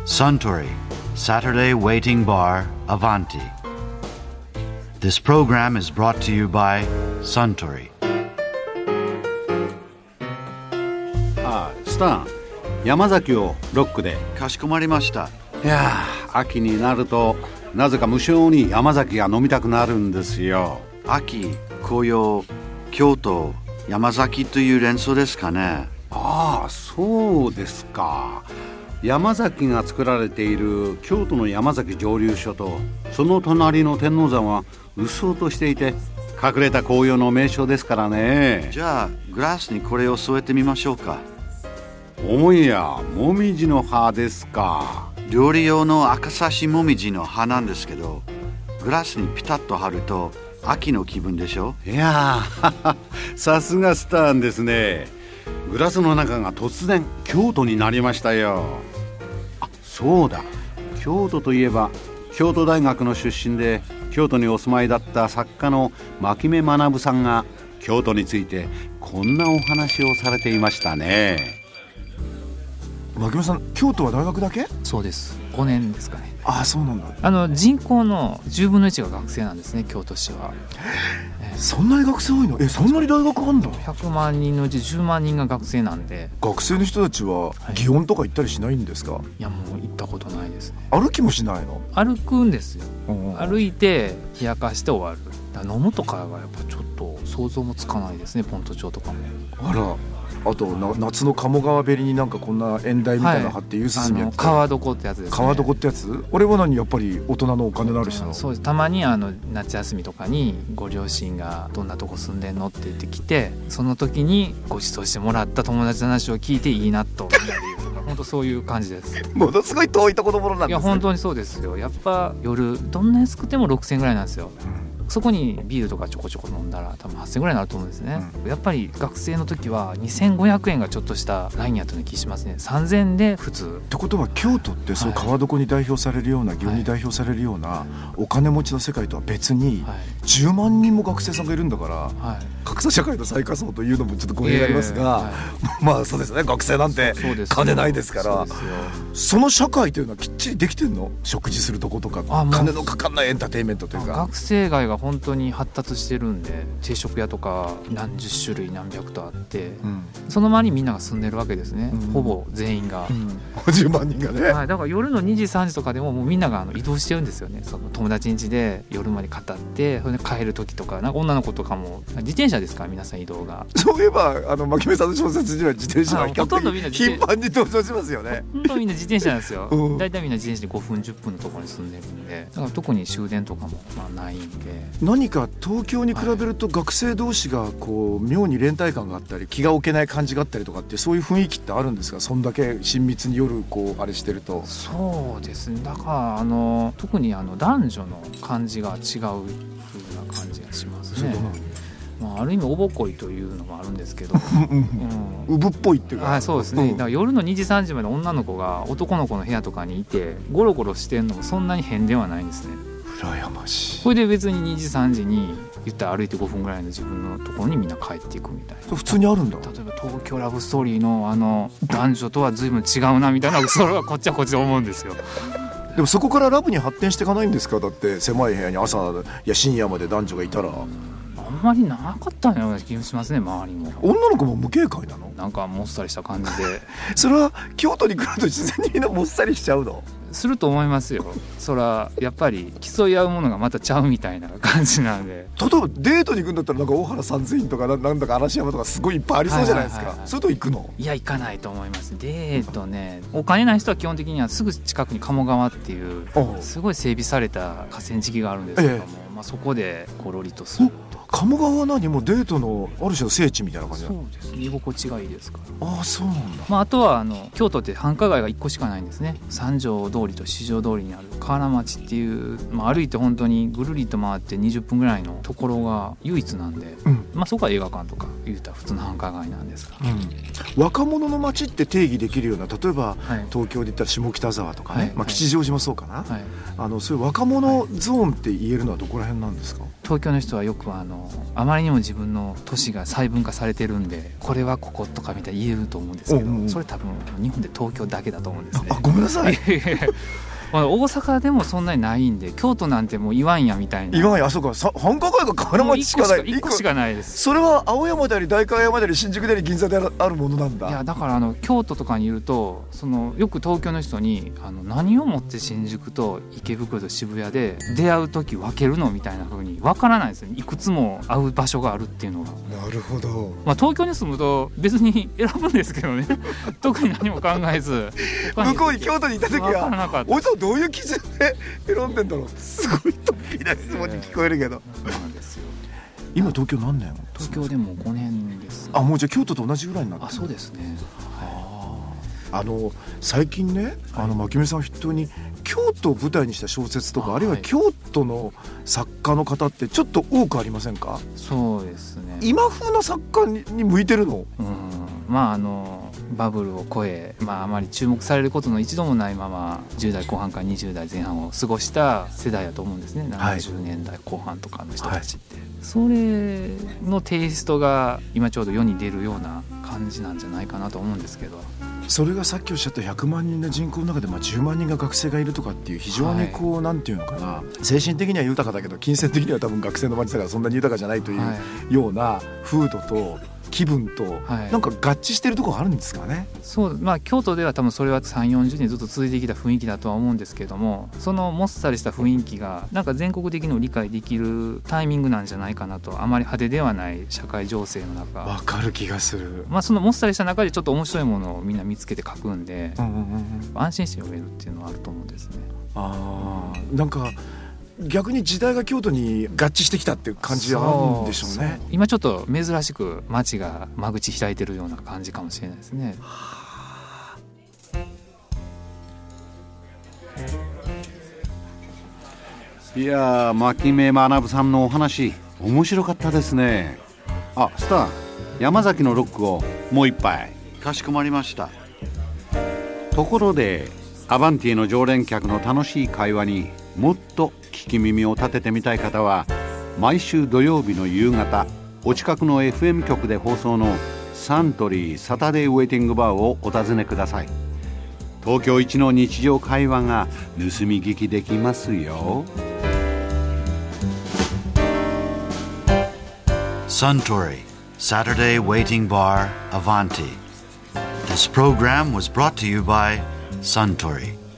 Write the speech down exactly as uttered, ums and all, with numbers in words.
Suntory Saturday Waiting Bar Avanti. This program is brought to you by Suntory. ああ、スタン、山崎をロックで。 かしこまりました。 いやあ、秋になるとなぜか無性に山崎が飲みたくなるんですよ。 秋、紅葉、京都、山崎という連想ですかね。 ああ、そうですか。山崎が作られている京都の山崎蒸留所とその隣の天王山はうっそうとしていて隠れた紅葉の名所ですからね。 じゃあグラスにこれを添えてみましょうか。 おや、もみじの葉ですか。 料理用の赤さしもみじの葉なんですけど、グラスにピタッと貼ると秋の気分でしょ。 いやーさすがスターンですね。グラスの中が突然京都になりましたよ。あ、そうだ、京都といえば京都大学の出身で京都にお住まいだった作家の牧目学さんが京都についてこんなお話をされていましたね。 牧目さん、京都は大学だけ？ そうです、ごねんですかね。 ああ、そうなんだ。 あの人口のじゅうぶんのいちが学生なんですね、京都市は。 そんなに学生多いの？え、そんなに大学あんだ。 ひゃくまんにんのうちじゅうまんにんが学生なんで。 学生の人たちは祇園とか行ったりしないんですか？はい、 いや、もう行ったことないですね。 歩きもしないの？ 歩くんですよ。歩いて冷やかして終わる。だから飲むとかはやっぱちょっと想像もつかないですね、ponto町とかも。 あら、あとな夏の鴨川べりになんかこんな縁台みたいなの貼って夕涼みやって、 川床ってやつですね。 川床ってやつ？俺は何、やっぱり大人のお金のある人の。 そうです。たまにあの夏休みとかにご両親がどんなとこ住んでんのって言ってきて、その時にご馳走してもらった友達の話を聞いていいなと言うとか本当そういう感じです。 ものすごい遠いところものなんですね。 いや本当にそうですよ。やっぱ夜どんな安くてもろくせんえんぐらいなんですよ、うん、そこにビールとかちょこちょこ飲んだら多分はっせんえんぐらいになると思うんですね、うん、やっぱり学生の時はにせんごひゃくえんがちょっとしたラインやったような気しますね。さんぜんえんで普通ってことは、京都ってそう川床に代表されるような、祇園に代表されるようなお金持ちの世界とは別にじゅうまんにんも学生さんがいるんだから、はい、格差社会の最下層というのもちょっと語弊がありますが、えーはい、まあそうですね、学生なんて金ないですから。 そ, その社会というのはきっちりできてるの？食事するとことか金のかかんないエンターテインメントというか。 学生街が本当に発達してるんで、定食屋とか何十種類何百とあって、うん、その周りにみんなが住んでるわけですね、うん、ほぼ全員が、 うん、じゅうまんにんがね、 はい、だから夜のにじさんじとかでももうみんながあの移動してるんですよね。その友達ん家で夜まで語って、それで帰る時とか、なんか女の子とかも自転車ですから、皆さん移動が。 そういえばあの牧目さんの小説には自転車が比較的頻繁に登場しますよね。 本当みんな自転車なんですよ、うん、だいたいみんな自転車でごふんじゅっぷんのところに住んでるんで、だから特に終電とかもまあないんで。 何か東京に比べると学生同士がこう妙に連帯感があったり気が置けない感じがあったりとかって、そういう雰囲気ってあるんですか？そんだけ親密に夜こうあれしてると。 そうですね、だからあの特にあの男女の感じが違う風な感じがしますね。まあ、ある意味おぼこいというのもあるんですけど、 うぶっぽいっていうか、 はい、そうですね、だから夜のにじさんじまで女の子が男の子の部屋とかにいてゴロゴロしてんのもそんなに変ではないんですね。 羨ましい。 これで別ににじさんじに言ったら歩いてごふんぐらいの自分のところにみんな帰っていくみたいな。 普通にあるんだ。 例えば東京ラブストーリーのあの男女とは随分違うなみたいなそれはこっちはこっちで思うんですよ。 でもそこからラブに発展していかないんですか？だって狭い部屋に朝や深夜まで男女がいたら。 あんまりなかったような気がしますね、周りも。 女の子も無警戒なの？ なんかもっさりした感じでそれは京都に来ると自然にみんなもっさりしちゃうの？ すると思いますよ。そらやっぱり競い合うものがまたちゃうみたいな感じなんで。 例えばデートに行くんだったらなんか大原三千院とかなんだか嵐山とかすごいいっぱいありそうじゃないですか、はいはいはいはい、それと行くの？いや行かないと思います。デートね、お金ない人は基本的にはすぐ近くに鴨川っていうすごい整備された河川敷があるんですけども、ええ、まあ、そこでコロリとする。 鴨川は何もデートのある種の聖地みたいな感じなの？ そうです、居心地がいいですから。 ああ、そうなんだ。 まあ、あとはあの京都って繁華街がいっこしかないんですね。三条通りと四条通りにある河原町っていう、まあ、歩いて本当にぐるりと回ってにじゅっぷんぐらいのところが唯一なんで、うん、まあ、そこは映画館とか言うたら普通の繁華街なんですが、 うん、若者の街って定義できるような、例えば、はい、東京で言ったら下北沢とかね、はい、まあ、吉祥寺もそうかな、はい、あのそういう若者ゾーンって言えるのはどこら辺なんですか？ 東京の人はよくあのあまりにも自分の都市が細分化されてるんで、これはこことかみたいに言えると思うんですけど、うんうん、それ多分日本で東京だけだと思うんですね。 あ、ごめんなさいまあ、大阪でもそんなにないんで、京都なんてもう言わんやみたいな。 言わんや、あそこ繁華街が河原町しかない。 いっこしかないです。 それは青山であり代官山であり新宿であり銀座であるものなんだ。 いやだからあの京都とかにいると、そのよく東京の人にあの何をもって新宿と池袋と渋谷で出会う時分けるのみたいな風に分からないですよね。いくつも会う場所があるっていうのが。 なるほど。 まあ、東京に住むと別に選ぶんですけどね特に何も考えず向こうに京都にいた時はおいつはどういう基準で選んでんだろう。すごい突飛な質問に聞こえるけど、 えー、そうなんですよ。 今東京何年？ 東京でもごねんです、ね、 あ、もうじゃあ京都と同じぐらいになってる。 あ、そうですね。 あの最近ね、あの牧目さんを筆頭に京都を舞台にした小説とか、 あ, あるいは京都の作家の方ってちょっと多くありませんか？ そうですね。 今風の作家 に, に向いてるの？ うん、まああのバブルを超え、まあ、あまり注目されることの一度もないままじゅう代後半からにじゅう代前半を過ごした世代だと思うんですね。ななじゅうねんだいこう半とかの人たちって、はい、それのテイストが今ちょうど世に出るような感じなんじゃないかなと思うんですけど、 それがさっきおっしゃったひゃくまんにんの人口の中でまあじゅうまんにんが学生がいるとかっていう非常にこう、はい、なんていうのかな、精神的には豊かだけど金銭的には多分学生の街だからそんなに豊かじゃないというような風土と気分となんか合致してるところがあるんですかね。 そう、まあ、京都では多分それはさんじゅうよんじゅうねんずっと続いてきた雰囲気だとは思うんですけども、そのもっさりした雰囲気がなんか全国的にも理解できるタイミングなんじゃないかなと。あまり派手ではない社会情勢の中、 わかる気がする。 まあ、そのもっさりした中でちょっと面白いものをみんな見つけて書くんで、うんうんうん、安心して読めるっていうのはあると思うんですね。 あ、なんか逆に時代が京都に合致してきたっていう感じがあるんでしょうね。そうそう、 今ちょっと珍しく街が間口開いてるような感じかもしれないですね。 いやー、牧目学さんのお話面白かったですね。あ、スター、山崎のロックをもう一杯。 かしこまりました。 ところでアバンティの常連客の楽しい会話にもっと聞き耳を立ててみたい方は、毎週土曜日の夕方お近くの エフエム 局で放送のサントリーサタデーウェイティングバーをお尋ねください。東京一の日常会話が盗み聞きできますよ。 Suntory Saturday Waiting Bar Avanti. This program was brought to you by Suntory.